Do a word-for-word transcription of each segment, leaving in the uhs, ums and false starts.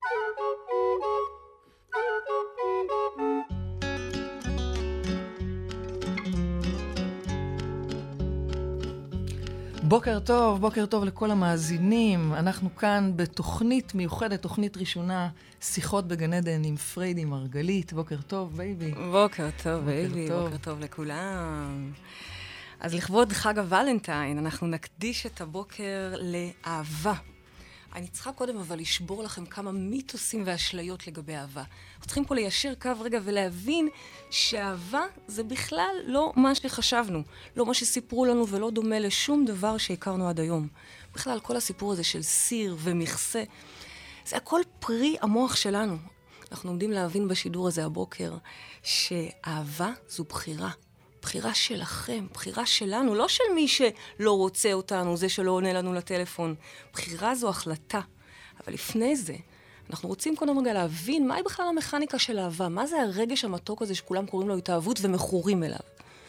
בוקר טוב, בוקר טוב לכל המאזינים. אנחנו כאן בתוכנית מיוחדת, תוכנית ראשונה, שיחות בגן עדן עם פריידי מרגלית. בוקר טוב, בייבי. בוקר טוב, בייבי. בוקר טוב לכולם. אז לכבוד חג הוולנטיין, אנחנו נקדיש את הבוקר לאהבה. אני צריכה קודם אבל לשבור לכם כמה מיתוסים ואשליות לגבי אהבה. אנחנו צריכים פה ליישר קו רגע ולהבין שאהבה זה בכלל לא מה שחשבנו, לא מה שסיפרו לנו ולא דומה לשום דבר שהכרנו עד היום. בכלל, כל הסיפור הזה של סיר ומכסה, זה הכל פרי המוח שלנו. אנחנו עומדים להבין בשידור הזה הבוקר שאהבה זו בחירה. בחירה שלכם, בחירה שלנו, לא של מי שלא רוצה אותנו, זה שלא עונה לנו לטלפון. בחירה זו החלטה. אבל לפני זה, אנחנו רוצים קודם רגע להבין מהי בכלל המכניקה של אהבה, מה זה הרגש המתוק הזה שכולם קוראים לו התאהבות ומכורים אליו.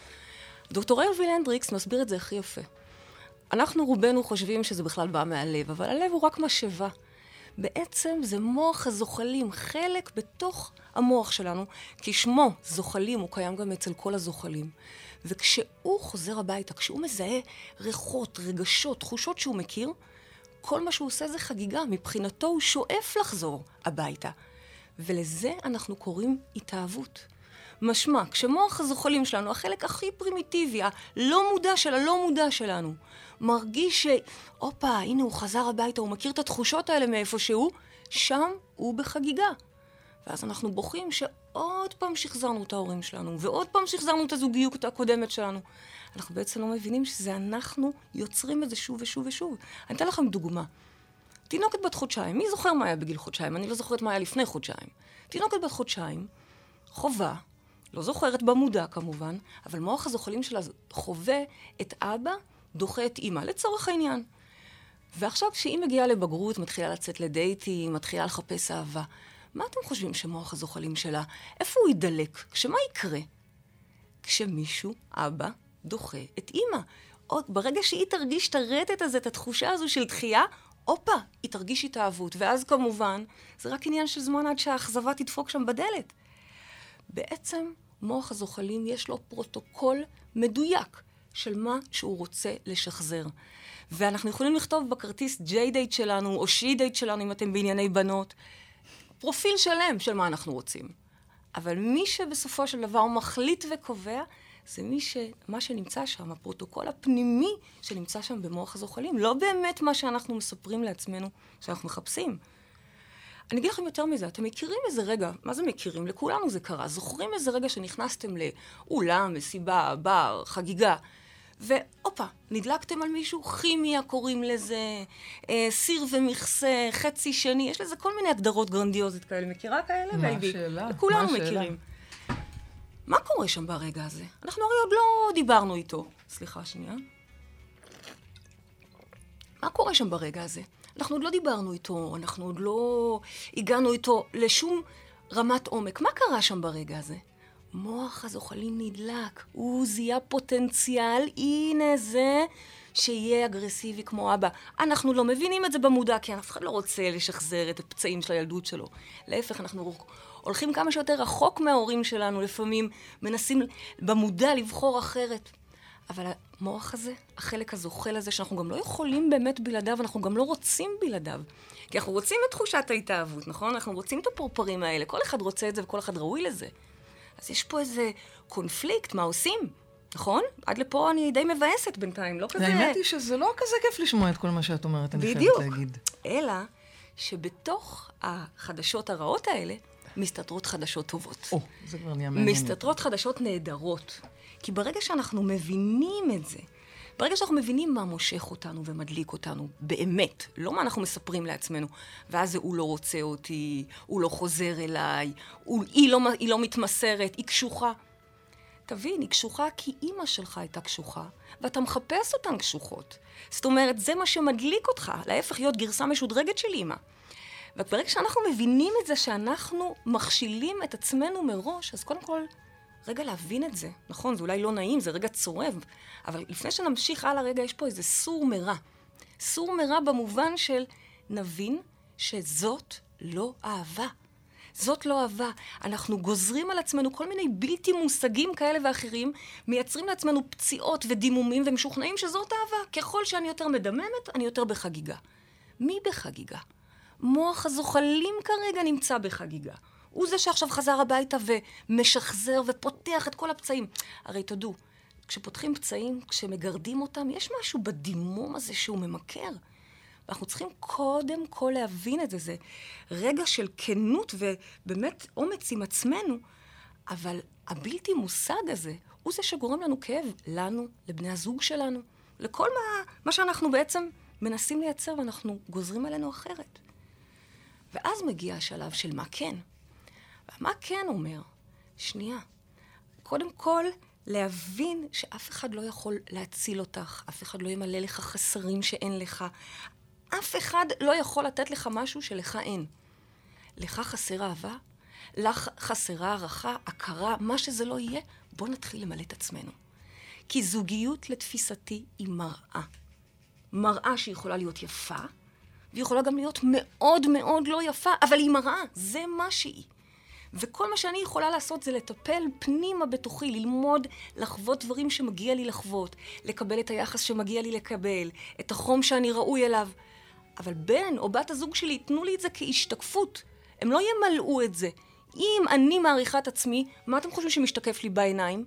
דוקטור ארווין הנדריקס מסביר את זה הכי יפה. אנחנו רובנו חושבים שזה בכלל בא מהלב, אבל הלב הוא רק משאבה. בעצם זה מוח הזוחלים, חלק בתוך המוח שלנו, כי שמו זוחלים, הוא קיים גם אצל כל הזוחלים. וכשהוא חוזר הביתה, כשהוא מזהה ריחות, רגשות, תחושות שהוא מכיר, כל מה שהוא עושה זה חגיגה, מבחינתו הוא שואף לחזור הביתה. ולזה אנחנו קוראים התאהבות. משמע, כשמוח הזוחלים שלנו, החלק הכי פרימיטיבי, הלא מודע של הלא מודע שלנו, מרגיש ש... אופה, הנה הוא חזר הביתה, הוא מכיר את התחושות האלה מאיפה שהוא, שם הוא בחגיגה. ואז אנחנו בוכים שעוד פעם שחזרנו את ההורים שלנו, ועוד פעם שחזרנו את הזוגיות הקודמת שלנו. אנחנו בעצם לא מבינים שזה אנחנו יוצרים את זה שוב ושוב ושוב. אני אתן לכם דוגמה. תינוקת בת חודשיים, מי זוכר מה היה בגיל חודשיים? אני לא זוכרת מה היה לפני חודשיים. תינוקת בת חודשיים, חובה, לא זוכרת במודע כמובן, אבל מוח הזוחלים שלה חווה את אבא, דוחה את אמא, לצורך העניין. ועכשיו כשהיא מגיעה לבגרות, מתחילה לצאת לדייטים, מתחילה לחפש אהבה, מה אתם חושבים שמוח הזוחלים שלה, איפה הוא ידלק? כשמה יקרה? כשמישהו, אבא, דוחה את אמא. עוד ברגע שהיא תרגיש את הרטט הזה, את התחושה הזו של דחייה, אופה, היא תרגיש התאהבות. ואז כמובן, זה רק עניין של זמן עד שהאכזבה תדפוק שם בדלת. בעצם, מוח הזוחלים יש לו פרוטוקול מדויק של מה שהוא רוצה לשחזר. ואנחנו יכולים לכתוב בכרטיס ג'יי-דייט שלנו, או שי-דייט שלנו, אם אתם בענייני בנות, פרופיל שלם של מה אנחנו רוצים. אבל מי שבסופו של דבר מחליט וקובע, זה מי ש... מה שנמצא שם, הפרוטוקול הפנימי שנמצא שם במוח הזוחלים. לא באמת מה שאנחנו מספרים לעצמנו שאנחנו מחפשים. אני אגיד לכם יותר מזה, אתם מכירים איזה רגע, מה זה מכירים? לכולנו זה קרה. זוכרים איזה רגע שנכנסתם לאולם, מסיבה, בר, חגיגה, ואופה, נדלקתם על מישהו, כימיה קוראים לזה, אה, סיר ומכסה, חצי שני, יש לזה כל מיני הגדרות גרנדיוזית כאלה. מכירה כאלה? מה בייבי? השאלה? כולנו מה מכירים. מה קורה שם ברגע הזה? אנחנו הרי עוד לא דיברנו איתו. סליחה, שנייה. מה קורה שם ברגע הזה? אנחנו עוד לא דיברנו איתו, אנחנו עוד לא הגענו איתו לשום רמת עומק. מה קרה שם ברגע הזה? מוח הזוחלים נדלק, הוא זיהה פוטנציאל, הנה זה שיהיה אגרסיבי כמו אבא. אנחנו לא מבינים את זה במודע, כי אף אחד לא רוצה לשחזר את הפצעים של הילדות שלו. להפך, אנחנו הולכים כמה שיותר רחוק מההורים שלנו, לפעמים מנסים במודע לבחור אחרת. אבל המוח הזה, החלק הזוחל הזה, שאנחנו גם לא יכולים באמת בלעדיו, אנחנו גם לא רוצים בלעדיו. כי אנחנו רוצים את תחושת ההתאהבות, נכון? אנחנו רוצים את הפורפרים האלה, כל אחד רוצה את זה וכל אחד ראוי לזה. אז יש פה איזה קונפליקט, מה עושים? נכון? עד לפה אני די מבאסת בינתיים, לא כזה... האמת היא שזה לא כזה כיף לשמוע את כל מה שאת אומרת, אני חייבת להגיד. אלא שבתוך החדשות הרעות האלה, מסתתרות חדשות טובות. או, זה כבר נהיה מעניין. מסתתרות חדשות נהדרות. כי ברגע שאנחנו מבינים את זה, ברגע שאנחנו מבינים מה מושך אותנו ומדליק אותנו, באמת, לא מה אנחנו מספרים לעצמנו, ואז זה הוא לא רוצה אותי, הוא לא חוזר אליי, הוא, היא, לא, היא לא מתמסרת, היא קשוחה. תבין, היא קשוחה כי אימא שלך הייתה קשוחה, ואתה מחפש אותן קשוחות. זאת אומרת, זה מה שמדליק אותך, להפך להיות גרסה משודרגת של אימא. וברגע שאנחנו מבינים את זה שאנחנו מכשילים את עצמנו מראש, אז קודם כל, רגע להבין את זה. נכון, זה אולי לא נעים, זה רגע צורב, אבל לפני שנמשיך הלאה רגע, יש פה איזה סור מרע. סור מרע במובן של נבין שזאת לא אהבה. זאת לא אהבה. אנחנו גוזרים על עצמנו כל מיני בלתי מושגים כאלה ואחרים, מייצרים לעצמנו פציעות ודימומים ומשוכנעים שזאת אהבה. ככל שאני יותר מדממת, אני יותר בחגיגה. מי בחגיגה? מוח הזוחלים כרגע נמצא בחגיגה. הוא זה שעכשיו חזר הביתה ומשחזר ופותח את כל הפצעים. הרי תדעו, כשפותחים פצעים, כשמגרדים אותם, יש משהו בדימום הזה שהוא ממכר. ואנחנו צריכים קודם כל להבין את זה. זה רגע של כנות ובאמת אומץ עם עצמנו, אבל הבלתי מושג הזה הוא זה שגורם לנו כאב, לנו, לבני הזוג שלנו, לכל מה, מה שאנחנו בעצם מנסים לייצר ואנחנו גוזרים עלינו אחרת. ואז מגיע השלב של מה כן. ומה כן אומר? שנייה. קודם כל, להבין שאף אחד לא יכול להציל אותך, אף אחד לא ימלא לך חסרים שאין לך, אף אחד לא יכול לתת לך משהו שלך אין. לך חסר אהבה, לך חסרה הערכה, הכרה, מה שזה לא יהיה, בוא נתחיל למלא את עצמנו. כי זוגיות לתפיסתי היא מראה. מראה שיכולה להיות יפה, והיא יכולה גם להיות מאוד מאוד לא יפה, אבל היא מראה, זה מה שהיא. וכל מה שאני יכולה לעשות זה לטפל פנימה בתוכי, ללמוד לחוות דברים שמגיע לי לחוות, לקבל את היחס שמגיע לי לקבל, את החום שאני ראוי אליו. אבל בן או בת הזוג שלי ייתנו לי את זה כהשתקפות. הם לא ימלאו את זה. אם אני מעריכה את עצמי, מה אתם חושבים שמשתקף לי בעיניים?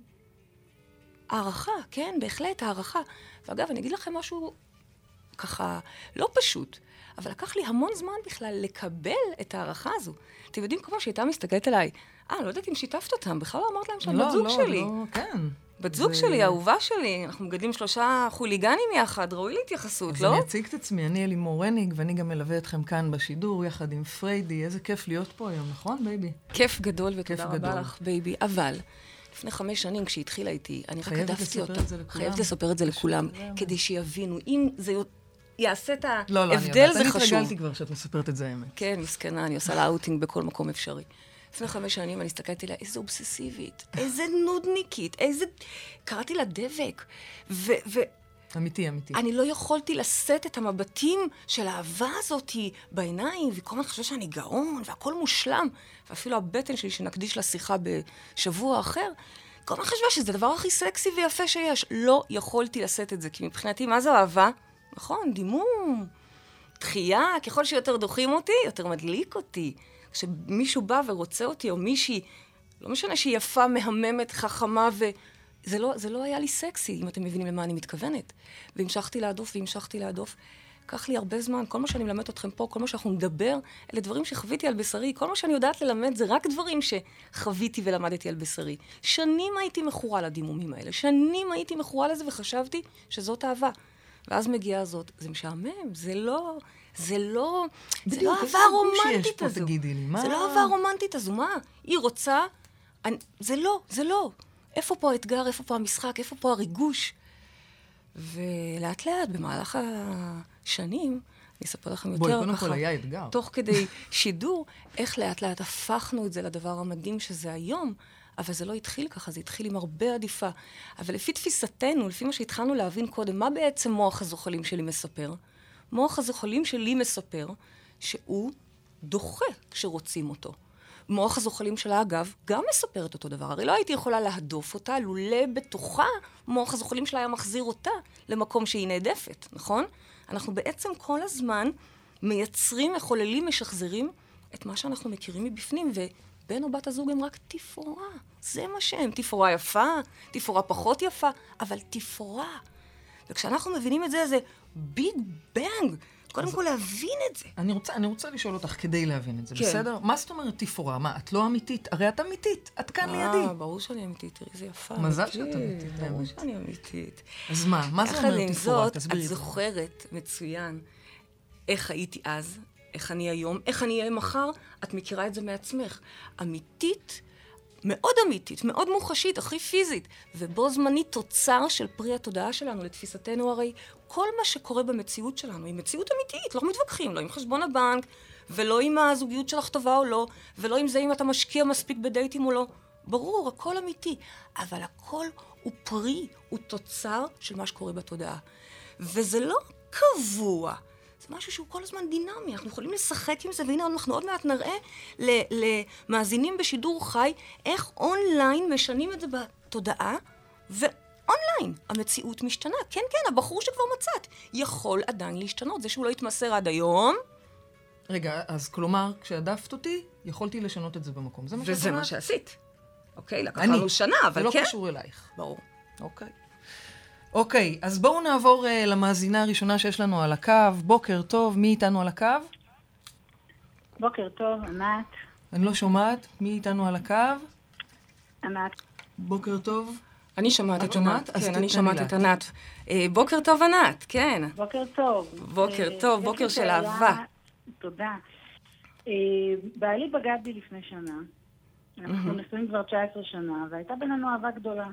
הערכה, כן, בהחלט, הערכה. ואגב, אני אגיד לכם משהו ככה לא פשוט, אבל לקח לי המון זמן בכלל לקבל את הערכה הזו. אתם יודעים כמו שהייתה מסתכלת עליי, אה, לא יודעת אם שיתפת אותם, בכלל לא אמרת להם שאני בת זוג שלי. לא, לא, כן. בת זוג שלי, האהובה שלי, אנחנו מגדלים שלושה חוליגנים יחד, ראוי להתייחסות, לא? אז אני אציג את עצמי, אני אלימור רניג, ואני גם מלווה אתכם כאן בשידור, יחד עם פריידי. איזה כיף להיות פה היום, נכון, בייבי? כיף גדול ותודה רבה לך, בייבי. אבל לפני חמש שנים, כשהתחילה איתי, אני רק הדפתי אותה. חייבת לספר את זה לכולם, כדי שיבינו. אם זה יעשה את ההבדל, זה חשוב. אני התרגלתי כבר שאת מספרת את זה האמת. כן, מסכנה, אני עושה לה אאוטינג בכל מקום אפשרי. לפני חמש שנים אני הסתכלתי לה, איזה אובססיבית, איזה נודניקית, איזה... קראתי לה דבק. ו... ו... אמיתי, אמיתי. אני לא יכולתי לשאת את המבטים של האהבה הזאת בעיניים, וכל הזמן חשבה שאני גאון, והכל מושלם. ואפילו הבטן שלי שנקדיש לה שיחה בשבוע אחר, כל הזמן חשבה שזה הדבר הכי סקסי ויפה שיש. לא יכולתי לשאת את זה, כי מבחינתי, מה זו אהבה? נכון, דימום, דחייה, ככל שיותר דוחים אותי, יותר מדליק אותי. כשמישהו בא ורוצה אותי, או מישהי, לא משנה שהיא יפה, מהממת, חכמה, וזה לא, זה לא היה לי סקסי, אם אתם מבינים למה אני מתכוונת. והמשכתי להדוף, והמשכתי להדוף. לקח לי הרבה זמן, כל מה שאני מלמד אתכם פה, כל מה שאנחנו נדבר, אלה דברים שחוויתי על בשרי, כל מה שאני יודעת ללמד זה רק דברים שחוויתי ולמדתי על בשרי. שנים הייתי מכורה לדימומים האלה, שנים הייתי מכורה לזה וחשבתי שזאת אהבה. ואז מגיעה הזאת, זה משעמם, זה לא... זה לא... זה לא אהבה רומנטית הזו. זה לא אהבה רומנטית הזו, מה? היא רוצה... זה לא, זה לא. איפה פה האתגר, איפה פה המשחק, איפה פה הריגוש? ולאט לאט, במהלך השנים, אני אספר לכם יותר ככה... בואי, קודם כל היה אתגר. תוך כדי שידור, איך לאט לאט הפכנו את זה לדבר המדהים שזה היום, אבל זה לא התחיל ככה, זה התחיל עם הרבה עדיפה. אבל לפי תפיסתנו, לפי מה שהתחלנו להבין קודם, מה בעצם מוח הזוחלים שלי מספר? מוח הזוחלים שלי מספר שהוא דוחה כשרוצים אותו. מוח הזוחלים שלה, אגב, גם מספר את אותו דבר. הרי לא הייתי יכולה להדוף אותה, לולא בתוכה, מוח הזוחלים שלה היה מחזיר אותה למקום שהיא נעדפת, נכון? אנחנו בעצם כל הזמן מייצרים, מחוללים, משחזרים את מה שאנחנו מכירים מבפנים, ובן או בת הזוג הם רק תפאורה. זה מה שהם. תפאורה יפה, תפאורה פחות יפה, אבל תפאורה. וכשאנחנו מבינים את זה, זה ביג בנג. קודם כל להבין את זה. אני רוצה, אני רוצה לשאול אותך כדי להבין את זה, בסדר? מה זאת אומרת תפאורה? מה, את לא אמיתית? הרי את אמיתית, את כאן לידי. אה, ברור שאני אמיתית, תראי, זה יפה. מזל שאת אמיתית. ברור שאני אמיתית. אז מה, מה זה אומר תפאורה? תסבירי. את זוכרת מצוין איך הייתי אז, איך אני היום, איך אני אהיה מחר, את מכירה את זה מעצמך. אמיתית, מאוד אמיתית, מאוד מוחשית, הכי פיזית, ובו זמנית תוצר של פרי התודעה שלנו, לתפיסתנו הרי, כל מה שקורה במציאות שלנו היא מציאות אמיתית, לא מתווכחים, לא עם חשבון הבנק, ולא עם הזוגיות שלך טובה או לא, ולא עם זה אם אתה משקיע מספיק בדייטים או לא. ברור, הכל אמיתי, אבל הכל הוא פרי, הוא תוצר של מה שקורה בתודעה. וזה לא קבוע, זה משהו שהוא כל הזמן דינמי, אנחנו יכולים לשחק עם זה, והנה אנחנו עוד מעט נראה למאזינים בשידור חי, איך אונליין משנים את זה בתודעה, ואונליין המציאות משתנה. כן, כן, הבחור שכבר מצאת יכול עדיין להשתנות, זה שהוא לא יתמסר עד היום. רגע, אז כלומר, כשהדפת אותי, יכולתי לשנות את זה במקום. זה מה וזה מה שעשית. אוקיי, לקח לנו שנה, אבל כן. זה לא קשור אלייך. ברור. אוקיי. אוקיי, אז בואו נעבור uh, למאזינה הראשונה שיש לנו על הקו. בוקר טוב, מי איתנו על הקו? בוקר טוב, ענת. אני לא שומעת, מי איתנו על הקו? ענת. בוקר טוב. אני שומעת את ענת, כן, אני שומעת את ענת. בוקר טוב, ענת, כן. בוקר טוב. בוקר טוב, בוקר של אהבה. תודה. בעלי בגד בי לפני שנה. אנחנו נשואים כבר תשע עשרה שנה, והייתה בינינו אהבה גדולה.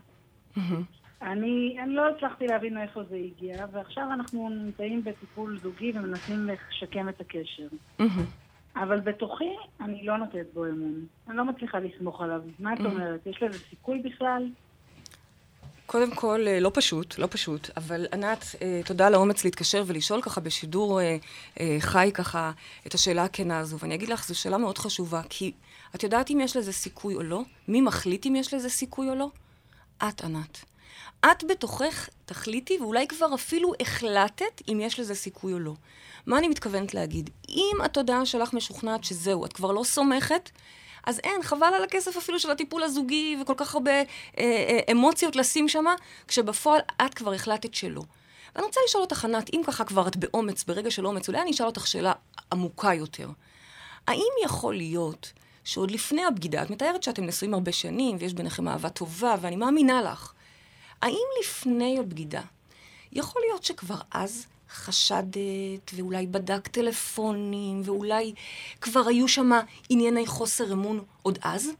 אני, אני לא הצלחתי להבין מאיפה זה הגיע, ועכשיו אנחנו נמצאים בטיפול זוגי ומנסים לשקם את הקשר. אבל בתוכי אני לא נותנת בו אמון. אני לא מצליחה לסמוך עליו. מה את אומרת? יש לזה סיכוי בכלל? קודם כל, לא פשוט, לא פשוט, אבל ענת, תודה על האומץ להתקשר ולשאול ככה בשידור חי ככה את השאלה הכנה הזו. ואני אגיד לך, זו שאלה מאוד חשובה, כי את יודעת אם יש לזה סיכוי או לא? מי מחליט אם יש לזה סיכוי או לא? את, ענת. את בתוכך תחליטי, ואולי כבר אפילו החלטת אם יש לזה סיכוי או לא. מה אני מתכוונת להגיד? אם התודעה שלך משוכנעת שזהו, את כבר לא סומכת, אז אין, חבל על הכסף אפילו של הטיפול הזוגי, וכל כך הרבה אה, אה, אמוציות לשים שמה, כשבפועל את כבר החלטת שלא. ואני רוצה לשאול אותך, ענת, אם ככה כבר את באומץ, ברגע של אומץ, אולי אני אשאל אותך שאלה עמוקה יותר. האם יכול להיות שעוד לפני הבגידה, את מתארת שאתם נשואים הרבה שנים, ויש ביניכם אהבה טובה, ואני מאמינה לך, האם לפני הבגידה, יכול להיות שכבר אז חשדת, ואולי בדק טלפונים, ואולי כבר היו שם ענייני חוסר אמון עוד אז?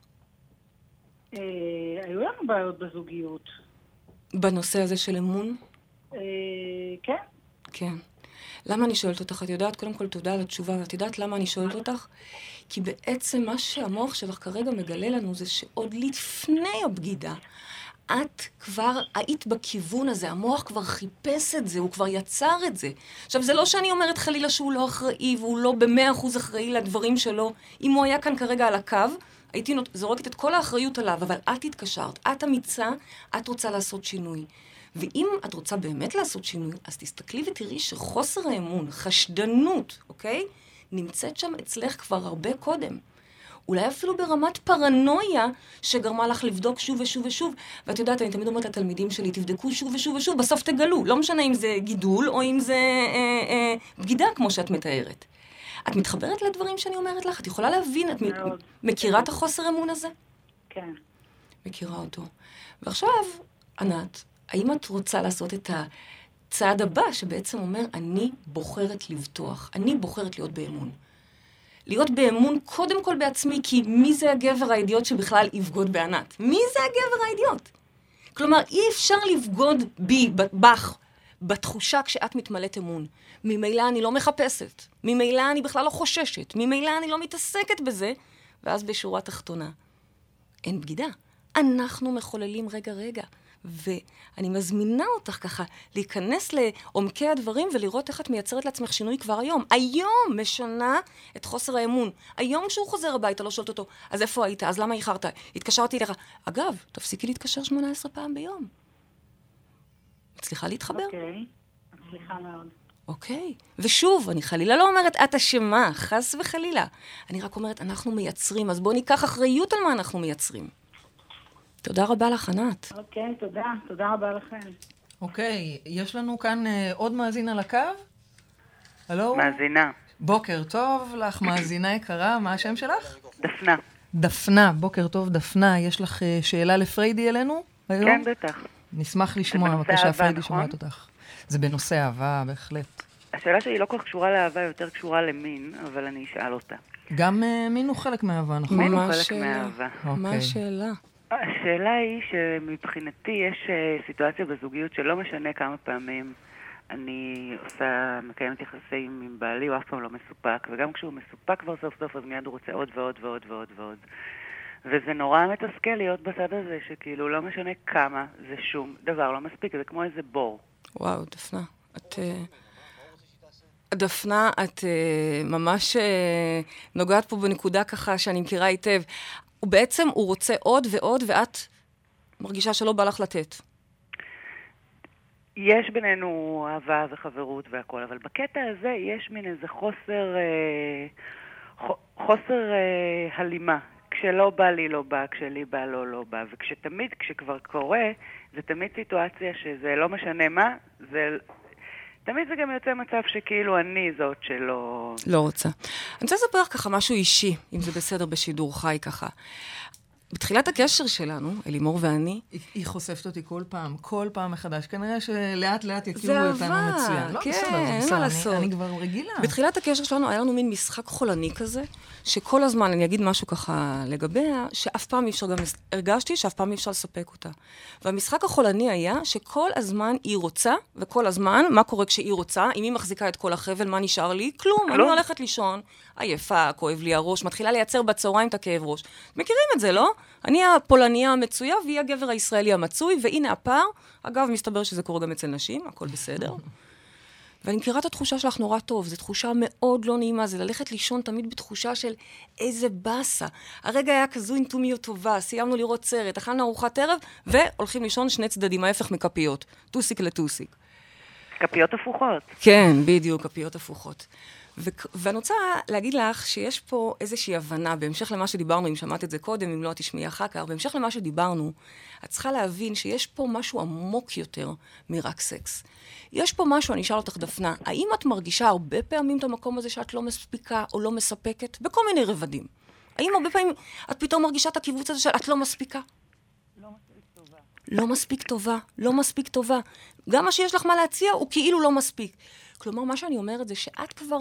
אה, היו לנו בעיות בזוגיות. בנושא הזה של אמון? אה, כן. כן. למה אני שואלת אותך? את יודעת, קודם כל תודה על התשובה, ואת יודעת למה אני שואלת אותך? כי בעצם מה שהמוח שלך כרגע מגלה לנו זה שעוד לפני הבגידה, את כבר היית בכיוון הזה, המוח כבר חיפש את זה, הוא כבר יצר את זה. עכשיו, זה לא שאני אומרת חלילה שהוא לא אחראי, והוא לא במאה אחוז אחראי לדברים שלו. אם הוא היה כאן כרגע על הקו, הייתי זורקת את כל האחריות עליו, אבל את התקשרת, את אמיצה, את רוצה לעשות שינוי. ואם את רוצה באמת לעשות שינוי, אז תסתכלי ותראי שחוסר האמון, חשדנות, אוקיי? נמצאת שם אצלך כבר הרבה קודם. אולי אפילו ברמת פרנויה שגרמה לך לבדוק שוב ושוב ושוב. ואת יודעת, אני תמיד אומרת לתלמידים שלי, תבדקו שוב ושוב ושוב, בסוף תגלו. לא משנה אם זה גידול או אם זה אה, אה, בגידה, כמו שאת מתארת. את מתחברת לדברים שאני אומרת לך? את יכולה להבין? את מאוד. מכירה את החוסר אמון הזה? כן. מכירה אותו. ועכשיו, ענת, האם את רוצה לעשות את הצעד הבא שבעצם אומר, אני בוחרת לבטוח, אני בוחרת להיות באמון. להיות באמון קודם כל בעצמי, כי מי זה הגבר האידיוט שבכלל יבגוד בענת? מי זה הגבר האידיוט? כלומר, אי אפשר לבגוד בי, בך, בתחושה כשאת מתמלאת אמון. ממילא אני לא מחפשת, ממילא אני בכלל לא חוששת, ממילא אני לא מתעסקת בזה, ואז בשורה תחתונה. אין בגידה. אנחנו מחוללים רגע רגע. ואני מזמינה אותך ככה להיכנס לעומקי הדברים ולראות איך את מייצרת לעצמך שינוי כבר היום. היום משנה את חוסר האמון. היום כשהוא חוזר הביתה, לא שואלת אותו, אז איפה היית? אז למה איחרת? התקשרתי לך. אגב, תפסיקי להתקשר שמונה עשרה פעם ביום. מצליחה להתחבר? אוקיי, מצליחה מאוד. אוקיי. ושוב, אני חלילה לא אומרת, את אשמה, חס וחלילה. אני רק אומרת, אנחנו מייצרים, אז בואו ניקח אחריות על מה אנחנו מייצרים. תודה רבה לך, ענת. אוקיי, תודה. תודה רבה לכם. אוקיי, יש לנו כאן אה, עוד מאזין על הקו? הלו? מאזינה. בוקר טוב לך, מאזינה יקרה. מה השם שלך? דפנה. דפנה, בוקר טוב, דפנה. יש לך אה, שאלה לפריידי אלינו היום? כן, בטח. נשמח לשמוע, בבקשה, פריידי שומעת אותך. זה בנושא אהבה, בהחלט. השאלה שלי לא כל כך קשורה לאהבה, יותר קשורה למין, אבל אני אשאל אותה. גם אה, מין הוא חלק מהאהבה, נכון? מין הוא חלק מהאהבה. מה השאלה? השאלה היא שמבחינתי יש סיטואציה בזוגיות שלא משנה כמה פעמים אני עושה, מקיימת יחסים עם בעלי, הוא אף פעם לא מסופק, וגם כשהוא מסופק כבר סוף סוף, אז מיד הוא רוצה עוד ועוד ועוד ועוד ועוד. וזה נורא מתסכל להיות בצד הזה, שכאילו לא משנה כמה, זה שום דבר לא מספיק, זה כמו איזה בור. וואו, דפנה, את... דפנה, את uh, ממש uh, נוגעת פה בנקודה ככה שאני מכירה היטב. ובעצם הוא רוצה עוד ועוד, ואת מרגישה שלא בא לך לתת. יש בינינו אהבה וחברות והכל, אבל בקטע הזה יש מין איזה חוסר, אה, חוסר אה, הלימה. כשלא בא לי לא בא, כשלי בא לא לא בא, וכשתמיד, כשכבר קורה, זה תמיד סיטואציה שזה לא משנה מה, זה... תמיד זה גם יוצא מצב שכאילו אני זאת שלא... לא רוצה. אני רוצה לספר לך ככה משהו אישי, אם זה בסדר בשידור חי ככה. בתחילת הקשר שלנו, אלימור ואני... היא, היא חושפת אותי כל פעם, כל פעם מחדש. כנראה שלאט לאט יכירו אותנו מצוין. לא, כן, בסדר, זה בסדר, אני, אני כבר רגילה. בתחילת הקשר שלנו היה לנו מין משחק חולני כזה, שכל הזמן, אני אגיד משהו ככה לגביה, שאף פעם אי אפשר גם... הרגשתי שאף פעם אי אפשר לספק אותה. והמשחק החולני היה שכל הזמן היא רוצה, וכל הזמן, מה קורה כשהיא רוצה? אם היא מחזיקה את כל החבל, מה נשאר לי? כלום, אני הולכת לישון, עייפה, כואב לי הראש, מתחילה לייצר בצהריים את הכאב ראש. מכירים את זה, לא? אני הפולניה המצויה, והיא הגבר הישראלי המצוי, והנה הפער. אגב, מסתבר שזה קורה גם אצל נשים, הכל בסדר. ואני מכירה את התחושה שלך נורא טוב, זו תחושה מאוד לא נעימה, זה ללכת לישון תמיד בתחושה של איזה בסה. הרגע היה כזו אינטומיות טובה, סיימנו לראות סרט, אכלנו ארוחת ערב, והולכים לישון שני צדדים, ההפך מכפיות, טוסיק לטוסיק. כפיות הפוכות. כן, בדיוק, כפיות הפוכות. ו- ואני רוצה להגיד לך שיש פה איזושהי הבנה, בהמשך למה שדיברנו, אם שמעת את זה קודם, אם לא תשמעי אחר כך, בהמשך למה שדיברנו, את צריכה להבין שיש פה משהו עמוק יותר מרק סקס. יש פה משהו, אני אשאל אותך דפנה, האם את מרגישה הרבה פעמים את המקום הזה שאת לא מספיקה או לא מספקת? בכל מיני רבדים. האם הרבה פעמים את פתאום מרגישה את הקיבוץ הזה שאת לא מספיקה? לא מספיק טובה. לא מספיק טובה, לא מספיק טובה. גם מה שיש לך מה להציע הוא כאילו לא מספיק. כלומר, מה שאני אומרת זה שאת כבר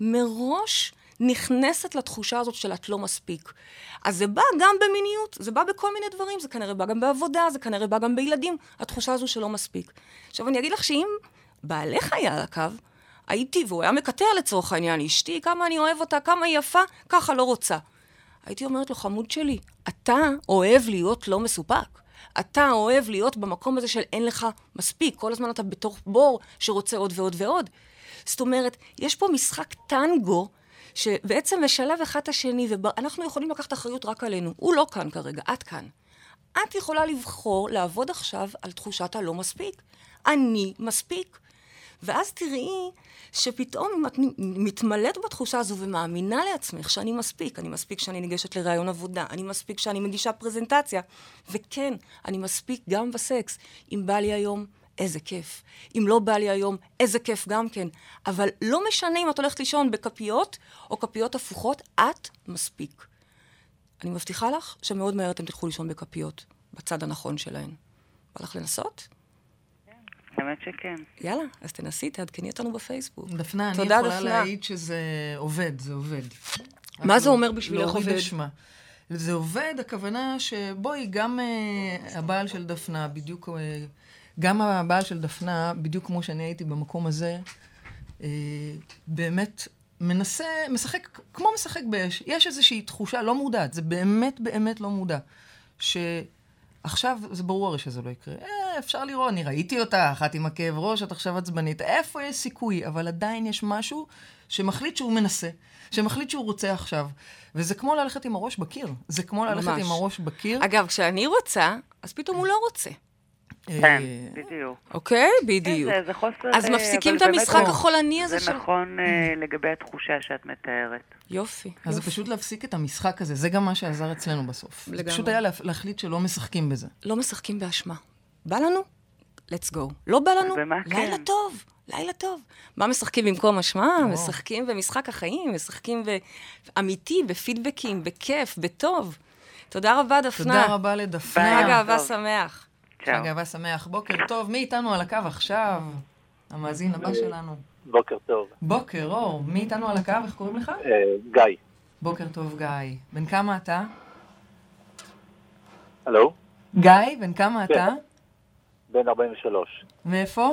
מראש נכנסת לתחושה הזאת של את לא מספיק. אז זה בא גם במיניות, זה בא בכל מיני דברים, זה כנראה בא גם בעבודה, זה כנראה בא גם בילדים, התחושה הזו שלא מספיק. עכשיו, אני אגיד לך שאם בעלך היה על הקו, הייתי, והוא היה מקטע לצורך העניין, אשתי, כמה אני אוהב אותה, כמה היא יפה, ככה לא רוצה. הייתי אומרת לו, חמוד שלי, אתה אוהב להיות לא מסופק. אתה אוהב להיות במקום הזה של אין לך מספיק. כל הזמן אתה בתור בור שרוצה עוד ועוד ועוד. זאת אומרת, יש פה משחק טנגו שבעצם משלב אחד את השני, ואנחנו יכולים לקחת אחריות רק עלינו. הוא לא כאן כרגע, את כאן. את יכולה לבחור לעבוד עכשיו על תחושת הלא מספיק. אני מספיק. ואז תראי שפתאום אם את מתמלאת בתחושה הזו ומאמינה לעצמך שאני מספיק, אני מספיק שאני ניגשת לרעיון עבודה, אני מספיק שאני מגישה פרזנטציה, וכן, אני מספיק גם בסקס. אם בא לי היום, איזה כיף. אם לא בא לי היום, איזה כיף גם כן. אבל לא משנה אם את הולכת לישון בכפיות או כפיות הפוכות, את מספיק. אני מבטיחה לך שמאוד מהר אתם תלכו לישון בכפיות, בצד הנכון שלהן. בא לך לנסות? האמת שכן. יאללה, אז תנסי, תעדכני אותנו בפייסבוק. דפנה, אני יכולה להעיד שזה עובד, זה עובד. מה זה אומר בשבילך עובד? זה עובד, הכוונה שבואי, גם הבעל של דפנה, בדיוק, גם הבעל של דפנה, בדיוק כמו שאני הייתי במקום הזה, באמת מנסה, משחק, כמו משחק באש. יש איזושהי תחושה לא מודעת, זה באמת באמת לא מודע, ש... עכשיו, זה ברור הרי שזה לא יקרה. אה, אפשר לראות, אני ראיתי אותך, את עם הכאב ראש, את עכשיו עצבנית. איפה יש סיכוי? אבל עדיין יש משהו שמחליט שהוא מנסה, שמחליט שהוא רוצה עכשיו. וזה כמו ללכת עם הראש בקיר. זה כמו ללכת עם הראש בקיר. אגב, כשאני רוצה, אז פתאום הוא לא רוצה. כן, בדיוק. אוקיי, בדיוק. זה חוסר... אז מפסיקים את המשחק החולני הזה של... זה נכון לגבי התחושה שאת מתארת. יופי. אז זה פשוט להפסיק את המשחק הזה. זה גם מה שעזר אצלנו בסוף. זה פשוט היה להחליט שלא משחקים בזה. לא משחקים באשמה. בא לנו? let's go. לא בא לנו? לילה טוב. לילה טוב. מה משחקים במקום אשמה? משחקים במשחק החיים, משחקים באמיתי, בפידבקים, בכיף, בטוב. תודה רבה, דפנה. תודה רבה לדפנה. חג אהבה שמח. חג אהבה שמח. בוקר טוב. מי איתנו על הקו עכשיו? המאזין הבא שלנו. בוקר טוב. בוקר, אור. מי איתנו על הקו? איך קוראים לך? גיא. בוקר טוב, גיא. בן כמה אתה? הלו? גיא, בן כמה אתה? בן ארבעים ושלוש. מאיפה?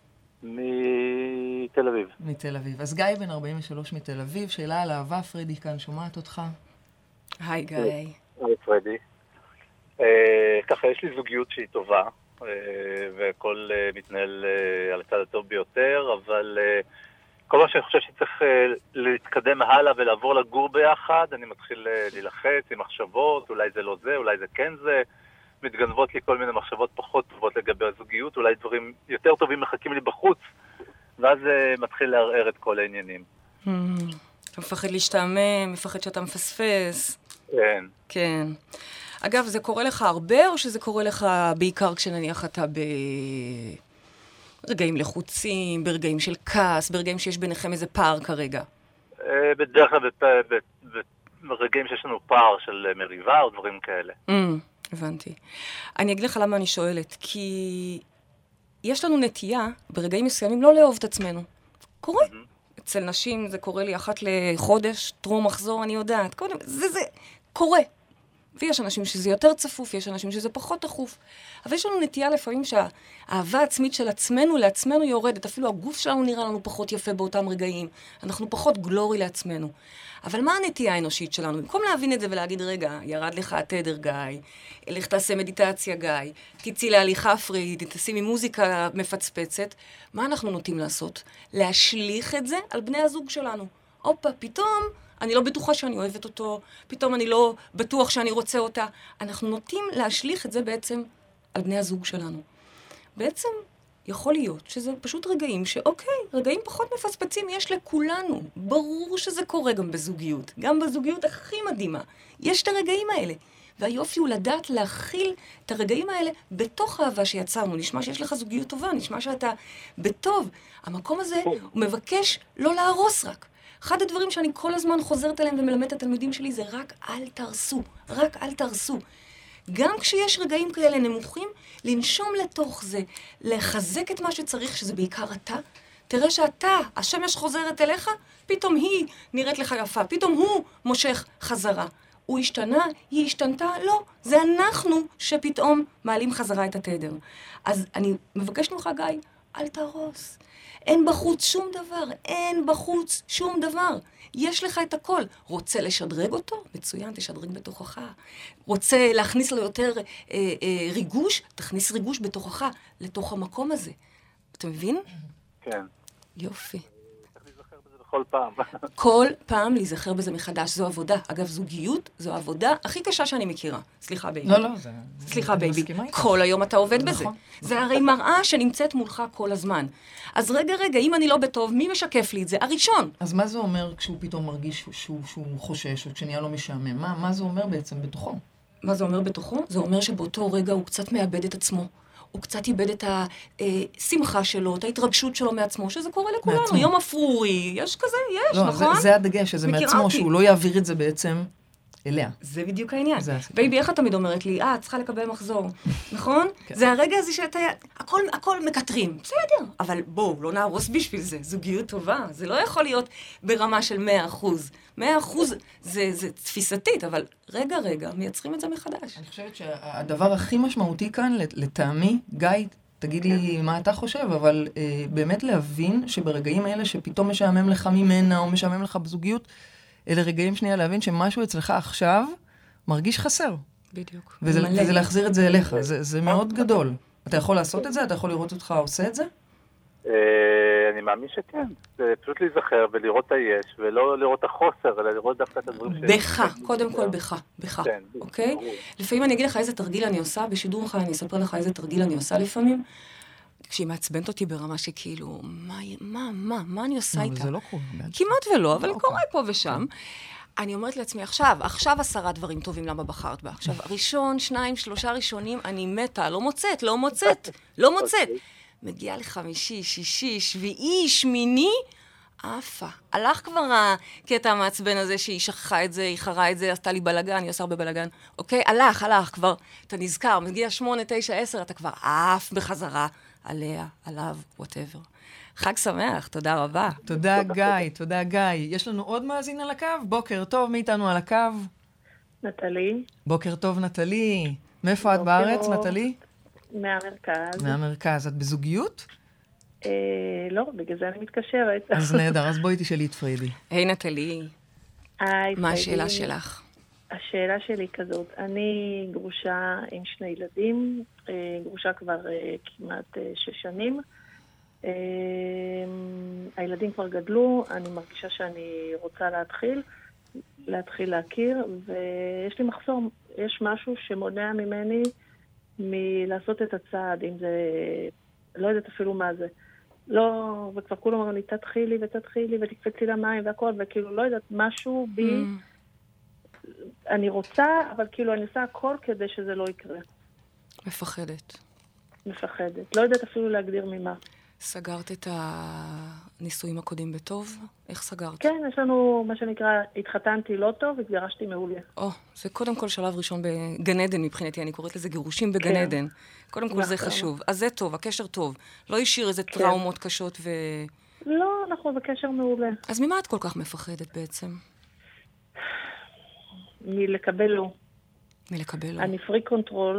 מתל אביב. מתל אביב. אז גיא בן ארבעים ושלוש מתל אביב. שאלה על אהבה, פרדי כאן, שומעת אותך? היי, גיא. היי, פרדי. ככה, יש לי זוגיות שהיא טובה, והכל מתנהל על הצד הטוב ביותר, אבל כל מה שאני חושב שצריך להתקדם הלאה ולעבור לגור ביחד, אני מתחיל להילחץ עם מחשבות, אולי זה לא זה, אולי זה כן זה, מתגנבות לי כל מיני מחשבות פחות טובות לגבי הזוגיות, אולי דברים יותר טובים מחכים לי בחוץ, ואז מתחיל לערער את כל העניינים. אתה מפחד להשתעמם, מפחד שאתה מפספס. כן. כן. אגב, זה קורה לך הרבה, או שזה קורה לך בעיקר כשנניח אתה ברגעים לחוצים, ברגעים של כעס, ברגעים שיש ביניכם איזה פער כרגע? בדרך כלל ברגעים שיש לנו פער של מריבה או דברים כאלה. הבנתי. אני אגיד לך למה אני שואלת, כי יש לנו נטייה ברגעים מסוימים לא לאהוב את עצמנו. קורה. אצל נשים זה קורה לי אחת לחודש, טרום מחזור, אני יודעת. קודם, זה, זה קורה. ויש אנשים שזה יותר צפוף, יש אנשים שזה פחות תחוף. אבל יש לנו נטייה לפעמים שהאהבה העצמית של עצמנו לעצמנו יורדת. אפילו הגוף שלנו נראה לנו פחות יפה באותם רגעים. אנחנו פחות גלורי לעצמנו. אבל מה הנטייה האנושית שלנו? במקום להבין את זה ולהגיד, רגע, ירד לך התדר, גיא, לך תעשה מדיטציה, גיא, תצאי להליכה פרידית, תשימי מוזיקה מפצפצת, מה אנחנו נוטים לעשות? להשליך את זה על בני הזוג שלנו. אופה, פתאום אני לא בטוחה שאני אוהבת אותו, פתאום אני לא בטוח שאני רוצה אותה. אנחנו נוטים להשליך את זה בעצם על בני הזוג שלנו. בעצם יכול להיות שזה פשוט רגעים שאוקיי, רגעים פחות מפספצים יש לכולנו. ברור שזה קורה גם בזוגיות. גם בזוגיות הכי מדהימה. יש את הרגעים האלה. והיופי הוא לדעת להכיל את הרגעים האלה בתוך האהבה שיצרנו. נשמע שיש לך זוגיות טובה, נשמע שאתה בטוב. המקום הזה הוא מבקש לא להרוס רק. אחד הדברים שאני כל הזמן חוזרת עליהם ומלמדת את התלמידים שלי זה רק אל תרסו, רק אל תרסו. גם כשיש רגעים כאלה נמוכים, לנשום לתוך זה, לחזק את מה שצריך, שזה בעיקר אתה. תראה שאתה, השמש חוזרת אליך, פתאום היא נראית לך יפה, פתאום הוא מושך חזרה. הוא השתנה, היא השתנתה, לא. זה אנחנו שפתאום מעלים חזרה את התדר. אז אני מבקשת ממך, גיא, אל תרוס. אין בחוץ שום דבר, אין בחוץ שום דבר. יש לך את הכל. רוצה לשדרג אותו? מצוין, תשדרג בתוכך. רוצה להכניס לו יותר אה, אה, ריגוש? תכניס ריגוש בתוכך, לתוך המקום הזה. אתה מבין? כן. יופי. צריך להיזכר בזה בכל פעם. כל פעם להיזכר בזה מחדש, זו עבודה. אגב, זוגיות זו העבודה הכי קשה שאני מכירה. סליחה, בייבי. לא, לא, זה... סליחה, בייבי. כל היום אתה עובד בזה. זה הרי מראה שנמצאת מולך כל הזמן. אז רגע, רגע, אם אני לא בטוב, מי משקף לי את זה? הראשון. אז מה זה אומר כשהוא פתאום מרגיש שהוא, שהוא חושש, או כשנהיה לו משעמם? מה, מה זה אומר בעצם בתוכו? מה זה אומר בתוכו? זה אומר שבאותו רגע הוא קצת מאבד את עצמו. הוא קצת איבד את השמחה שלו, את ההתרגשות שלו מעצמו, שזה קורה לכולנו. מעצמו. יום אפרורי, יש כזה, יש, לא, נכון? זה, זה הדגש, שזה מעצמו, אותי. שהוא לא יעביר את זה בעצם אליה. זה בדיוק העניין. בייבי, איך את תמיד אומרת לי, אה, צריכה לקבל מחזור, נכון? כן. זה הרגע הזה שאתה, הכל, הכל מקטרים, בסדר. אבל בואו, לא נהרוס בשביל זה, זוגיות טובה. זה לא יכול להיות ברמה של מאה אחוז. מאה אחוז זה, זה תפיסתית, אבל רגע, רגע, מייצרים את זה מחדש. אני חושבת שהדבר הכי משמעותי כאן, לטעמי, גיא, תגיד לי מה אתה חושב, אבל אה, באמת להבין שברגעים האלה שפתאום משעמם לך ממנה, או משעמם לך בזוגיות, אלה רגעים שנייה להבין שמשהו אצלך עכשיו מרגיש חסר. בדיוק. וזה, וזה להחזיר את זה אליך. זה, זה מאוד גדול. אתה יכול לעשות את זה? אתה יכול לראות אותך עושה את זה? אני מאמין שכן. זה פשוט להיזכר ולראות היש, ולא לראות החוסר, אלא לראות דווקא את הדברים ש... בך, קודם כל בך, בך. אוקיי? לפעמים אני אגיד לך איזה תרגיל אני עושה, בשידור לך אני אספר לך איזה תרגיל אני עושה לפעמים. כשהיא מעצבנת אותי ברמה שכאילו, מה, מה, מה, מה אני עושה איתה? זה לא קורה. כמעט ולא, אבל קורה פה ושם. אני אומרת לעצמי, עכשיו, עכשיו עשרה דברים טובים למה בחרת בה. עכשיו, ראשון, שניים, שלושה ראשונים, אני מתה, לא מוצאת, לא מוצאת, לא מוצאת. מגיעה לחמישי, שישי, שביעי, שמיני, אפה. הלך כבר הקטע המעצבן הזה שהיא שכחה את זה, היא חרה את זה, עשתה לי בלגן, היא עושה הרבה בלגן. אוקיי? הלך, הלך, כבר, אתה נזכר, מגיע שמונה, תשע, עשר, אתה כבר אף בחזרה עליה, עליו, whatever. חג שמח, תודה רבה. תודה גיא, תודה גיא. יש לנו עוד מאזין על הקו? בוקר טוב, מי איתנו על הקו? נטלי. בוקר טוב, נטלי. מאיפה את בארץ, נטלי? מהמרכז. מהמרכז. את בזוגיות? אה, לא, בגלל זה אני מתקשרת. אז נהדר, אז בואי תשאלי את פרידי. היי נטלי. היי, מה השאלה שלך? השאלה שלי כזאת, אני גרושה עם שני ילדים, גרושה כבר כמעט שש שנים. הילדים כבר גדלו, אני מרגישה שאני רוצה להתחיל, להתחיל להכיר, ויש לי מחסום, יש משהו שמונע ממני מלעשות את הצעד, אם זה, לא יודעת אפילו מה זה. לא, וכבר כולם אמרו לי, תתחילי ותתחילי ותקפצי למים והכל, וכאילו לא יודעת, משהו בי, mm. אני רוצה, אבל כאילו אני עושה הכל כדי שזה לא יקרה. מפחדת. מפחדת. לא יודעת אפילו להגדיר ממה. סגרת את הנישואים הקודמים בטוב? איך סגרת? כן, יש לנו מה שנקרא, התחתנתי לא טוב והתגרשתי מעולה. או, זה קודם כל שלב ראשון בגן עדן מבחינתי, אני קוראת לזה גירושים בגן כן. עדן. קודם כל זה חשוב. אז זה טוב, הקשר טוב. לא השאיר איזה כן. טראומות קשות ו... לא, אנחנו בקשר מעולה. אז ממה את כל כך מפחדת בעצם? מלקבל לא. מלקבל לא. אני פרי קונטרול,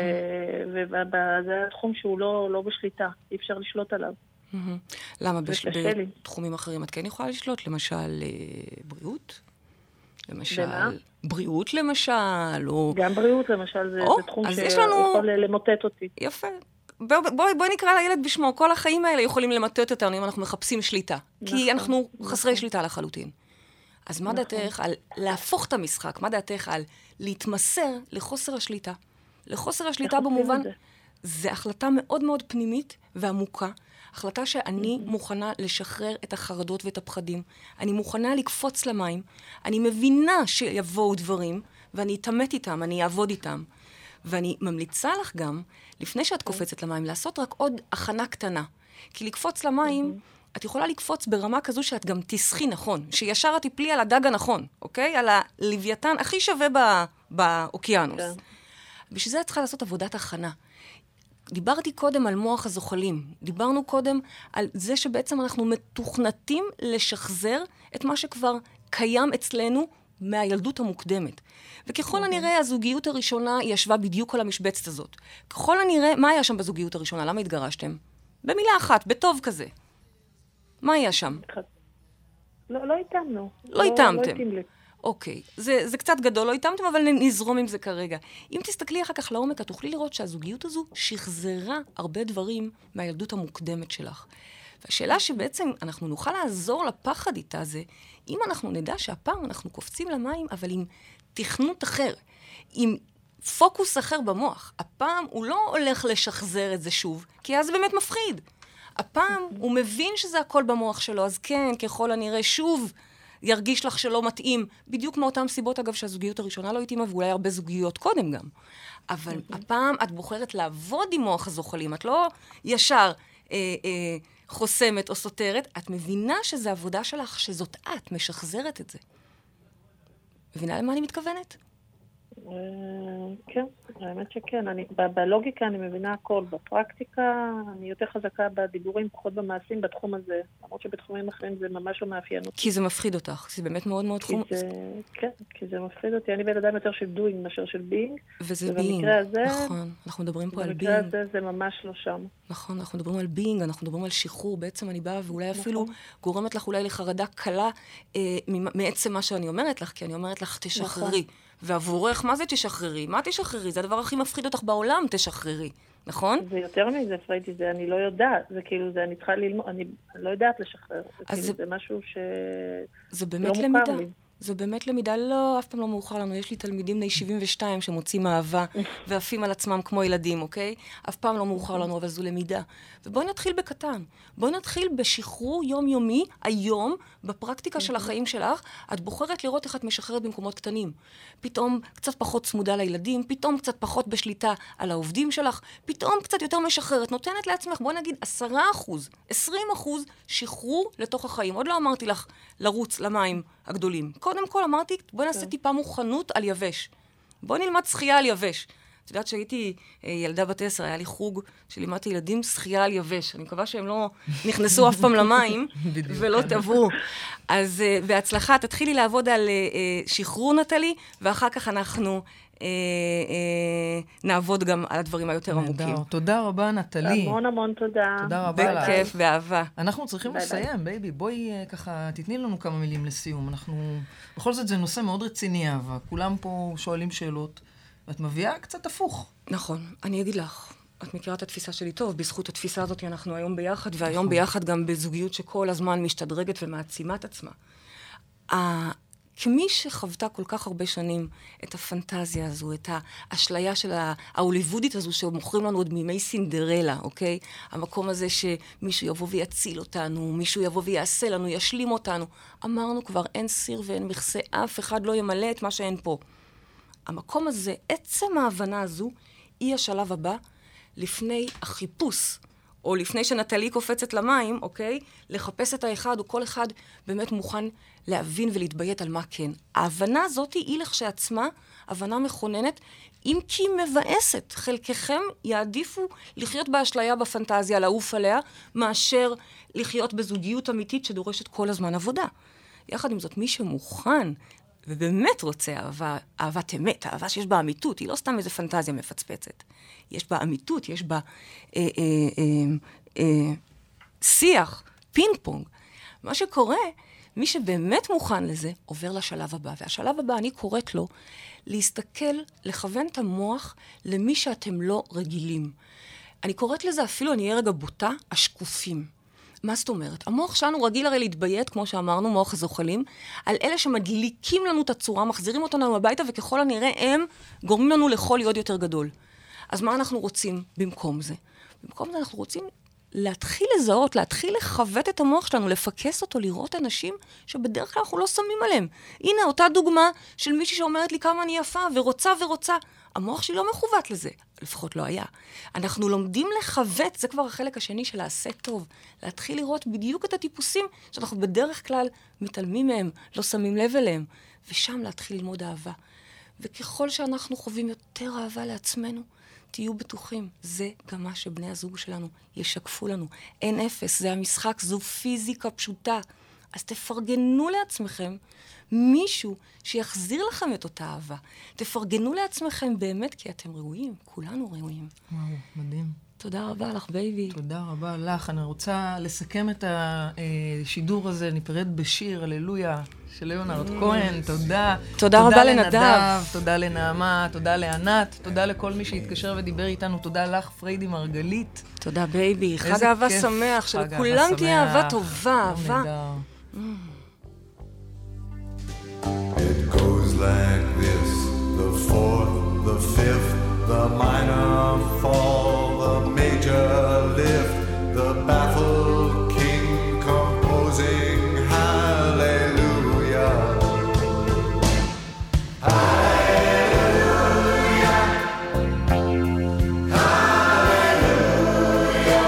וזה התחום שהוא לא בשליטה. אי אפשר לשלוט עליו. למה? בתחומים אחרים את כן יכולה לשלוט? למשל, בריאות? למשל, בריאות למשל, או... גם בריאות למשל, זה תחום שיכול למוטט אותי. יפה. בואי נקרא לילד בשמו. כל החיים האלה יכולים למוטט אותנו אם אנחנו מחפשים שליטה. כי אנחנו חסרי שליטה לחלוטין. אז מה דעתך על להפוך את המשחק? מה דעתך על להתמסר לחוסר השליטה? לחוסר השליטה במובן, זה החלטה מאוד מאוד פנימית ועמוקה. החלטה שאני מוכנה לשחרר את החרדות ואת הפחדים. אני מוכנה לקפוץ למים. אני מבינה שיבואו דברים, ואני אתאמת איתם, אני אעבוד איתם. ואני ממליצה לך גם, לפני שאת קופצת למים, לעשות רק עוד הכנה קטנה. כי לקפוץ למים... את יכולה לקפוץ ברמה כזו שאת גם תסחי נכון, שישר את תיפלי על הדג הנכון, אוקיי? על הלוויתן הכי שווה בא, באוקיינוס. כן. בשביל זה את צריכה לעשות עבודת הכנה. דיברתי קודם על מוח הזוחלים. דיברנו קודם על זה שבעצם אנחנו מתוכנתים לשחזר את מה שכבר קיים אצלנו מהילדות המוקדמת. וככל okay. הנראה, הזוגיות הראשונה ישבה בדיוק על המשבצת הזאת. ככל הנראה, מה היה שם בזוגיות הראשונה? למה התגרשתם? במילה אחת, בטוב כזה. מה היה שם? לא, לא איתמנו. לא איתמתם. אוקיי. זה, זה קצת גדול, לא איתמתם, אבל נזרום עם זה כרגע. אם תסתכלי אחר כך לעומק, את תוכלי לראות שהזוגיות הזו שחזרה הרבה דברים מהילדות המוקדמת שלך. והשאלה שבעצם אנחנו נוכל לעזור לפחד איתה זה, אם אנחנו נדע שהפעם אנחנו קופצים למים, אבל עם תכנות אחר, עם פוקוס אחר במוח. הפעם הוא לא הולך לשחזר את זה שוב, כי אז זה באמת מפחיד. הפעם הוא מבין שזה הכל במוח שלו, אז כן, ככל הנראה שוב ירגיש לך שלא מתאים. בדיוק מאותן סיבות, אגב, שהזוגיות הראשונה לא התאימה, ואולי הרבה זוגיות קודם גם. אבל הפעם את בוחרת לעבוד עם מוח הזוחלים, את לא ישר אה, אה, חוסמת או סותרת, את מבינה שזה עבודה שלך, שזאת את, משחזרת את זה. מבינה למה אני מתכוונת? כן, האמת שכן. אני, בלוגיקה אני מבינה הכל. בפרקטיקה אני יותר חזקה בדיבורים, פחות במעשים בתחום הזה. למרות שבתחומים אחרים זה ממש לא מאפיין אותי. כי זה מפחיד אותך. זה באמת מאוד מאוד תחום. כן, כי זה מפחיד אותי. אני בן אדם יותר של doing מאשר של being. וזה being. נכון, אנחנו מדברים פה על being. במקרה הזה זה ממש לא שם. נכון, אנחנו מדברים על being, אנחנו מדברים על שחרור. בעצם אני באה ואולי אפילו גורמת לך אולי לחרדה קלה מעצם מה שאני אומרת לך, כי אני אומרת לך תשחררי. ועבורך, מה זה תשחררי? מה תשחררי? זה הדבר הכי מפחיד אותך בעולם, תשחררי. נכון? זה יותר מזה, פריידי, זה אני לא יודעת. זה כאילו, זה אני צריכה ללמוד, אני לא יודעת לשחרר. זה כאילו, זה משהו ש... זה באמת למידה. זה באמת למידה, לא, אף פעם לא מאוחר לנו. יש לי תלמידים בני שבעים ושתיים שמוצאים אהבה ועפים על עצמם כמו ילדים, אוקיי? אף פעם לא מאוחר לנו, אבל זו למידה. ובואי נתחיל בקטן. בואי נתחיל בשחרור יומיומי, היום, בפרקטיקה של החיים שלך, את בוחרת לראות איך את משחררת במקומות קטנים. פתאום קצת פחות צמודה לילדים, פתאום קצת פחות בשליטה על העובדים שלך, פתאום קצת יותר משחררת. נותנת לעצמך, בואי נגיד, עשרה אחוז, עשרים אחוז שחרור לתוך החיים. עוד לא אמרתי לך לרוץ למים הגדולים. קודם כל אמרתי, בואי נעשה טיפה מוכנות על יבש. בואי נלמד שחייה על יבש. את יודעת שהייתי ילדה בת עשר, היה לי חוג שלימדתי ילדים שחייה על יבש. אני מקווה שהם לא נכנסו אף פעם למים ולא טבעו. אז בהצלחה, תתחילי לעבוד על שחרור נטלי, ואחר כך אנחנו נעבוד גם על הדברים היותר עמוקים. תודה רבה, נטלי. המון המון תודה. תודה רבה לך. בכיף, באהבה. אנחנו צריכים לסיים, בייבי. בואי ככה, תתני לנו כמה מילים לסיום. אנחנו, בכל זאת זה נושא מאוד רציני, אהבה. כולם פה שואלים שאלות. ואת מביאה קצת הפוך. נכון, אני אגיד לך. את מכירה את התפיסה שלי טוב, בזכות התפיסה הזאת אנחנו היום ביחד, והיום ביחד גם בזוגיות שכל הזמן משתדרגת ומעצימה את עצמה. כמי שחוותה כל כך הרבה שנים את הפנטזיה הזו, את האשליה של ההוליוודית הזו שמוכרים לנו עוד מימי סינדרלה, אוקיי? המקום הזה שמישהו יבוא ויציל אותנו, מישהו יבוא ויעשה לנו, ישלים אותנו. אמרנו כבר, אין סיר ואין מכסה, אף אחד לא ימלא את מה שאין פה. המקום הזה, עצם ההבנה הזו, היא השלב הבא לפני החיפוש, או לפני שנטלי קופצת למים, אוקיי? לחפש את האחד, או כל אחד באמת מוכן להבין ולהתביית על מה כן. ההבנה הזאת היא לכשעצמה, הבנה מכוננת, אם כי מבאסת. חלקכם יעדיפו לחיות באשליה בפנטזיה, לעוף עליה, מאשר לחיות בזוגיות אמיתית שדורשת כל הזמן עבודה. יחד עם זאת, מי שמוכן ובאמת רוצה אהבה, אהבת אמת, אהבה שיש בה אמיתות, היא לא סתם איזו פנטזיה מפצפצת. יש בה אמיתות, יש בה אה, אה, אה, אה, שיח, פינג פונג. מה שקורה, מי שבאמת מוכן לזה, עובר לשלב הבא. והשלב הבא, אני קוראת לו, להסתכל, לכוון את המוח למי שאתם לא רגילים. אני קוראת לזה אפילו, אני אהיה רגע בוטה, השקופים. מה זאת אומרת? המוח שלנו רגיל הרי להתביית, כמו שאמרנו, מוח הזוחלים, על אלה שמדליקים לנו את הצורה, מחזירים אותנו הביתה, וככל הנראה הם גורמים לנו לחול להיות יותר גדול. אז מה אנחנו רוצים במקום זה? במקום זה אנחנו רוצים להתחיל לזהות, להתחיל לחוות את המוח שלנו, לפקס אותו, לראות אנשים שבדרך כלל אנחנו לא שמים עליהם. הנה, אותה דוגמה של מישהי שאומרת לי כמה אני יפה, ורוצה ורוצה. המוח שלי לא מכוות לזה, לפחות לא היה. אנחנו לומדים לחוות, זה כבר החלק השני של לעשה טוב, להתחיל לראות בדיוק את הטיפוסים שאנחנו בדרך כלל מתעלמים מהם, לא שמים לב אליהם, ושם להתחיל ללמוד אהבה. וככל שאנחנו חווים יותר אהבה לעצמנו, תהיו בטוחים, זה גם מה שבני הזוג שלנו ישקפו לנו. אין אפס, זה המשחק, זו פיזיקה פשוטה. אז תפרגנו לעצמכם מישהו שיחזיר לכם את אותה אהבה. תפרגנו לעצמכם באמת, כי אתם ראויים, כולנו ראויים. וואו, מדהים. תודה רבה לך, בייבי. תודה רבה לך. אני רוצה לסכם את השידור הזה, ניפרד בשיר, הללויה, של ליאונרד כהן. תודה. תודה רבה לנדב. תודה לנעמה, תודה לענת, תודה לכל מי שהתקשר ודיבר איתנו. תודה לך, פריידי מרגלית. תודה, בייבי. חג אהבה שמח, שלכולם תהיה אהבה טובה, אהבה. It goes like this, the fourth, the fifth, the minor fall, the major lift, the baffled king composing hallelujah. Hallelujah. Hallelujah.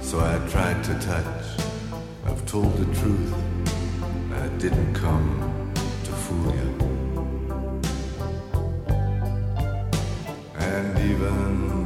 So I tried to touch. I've told the truth. I didn't come to fool you. And even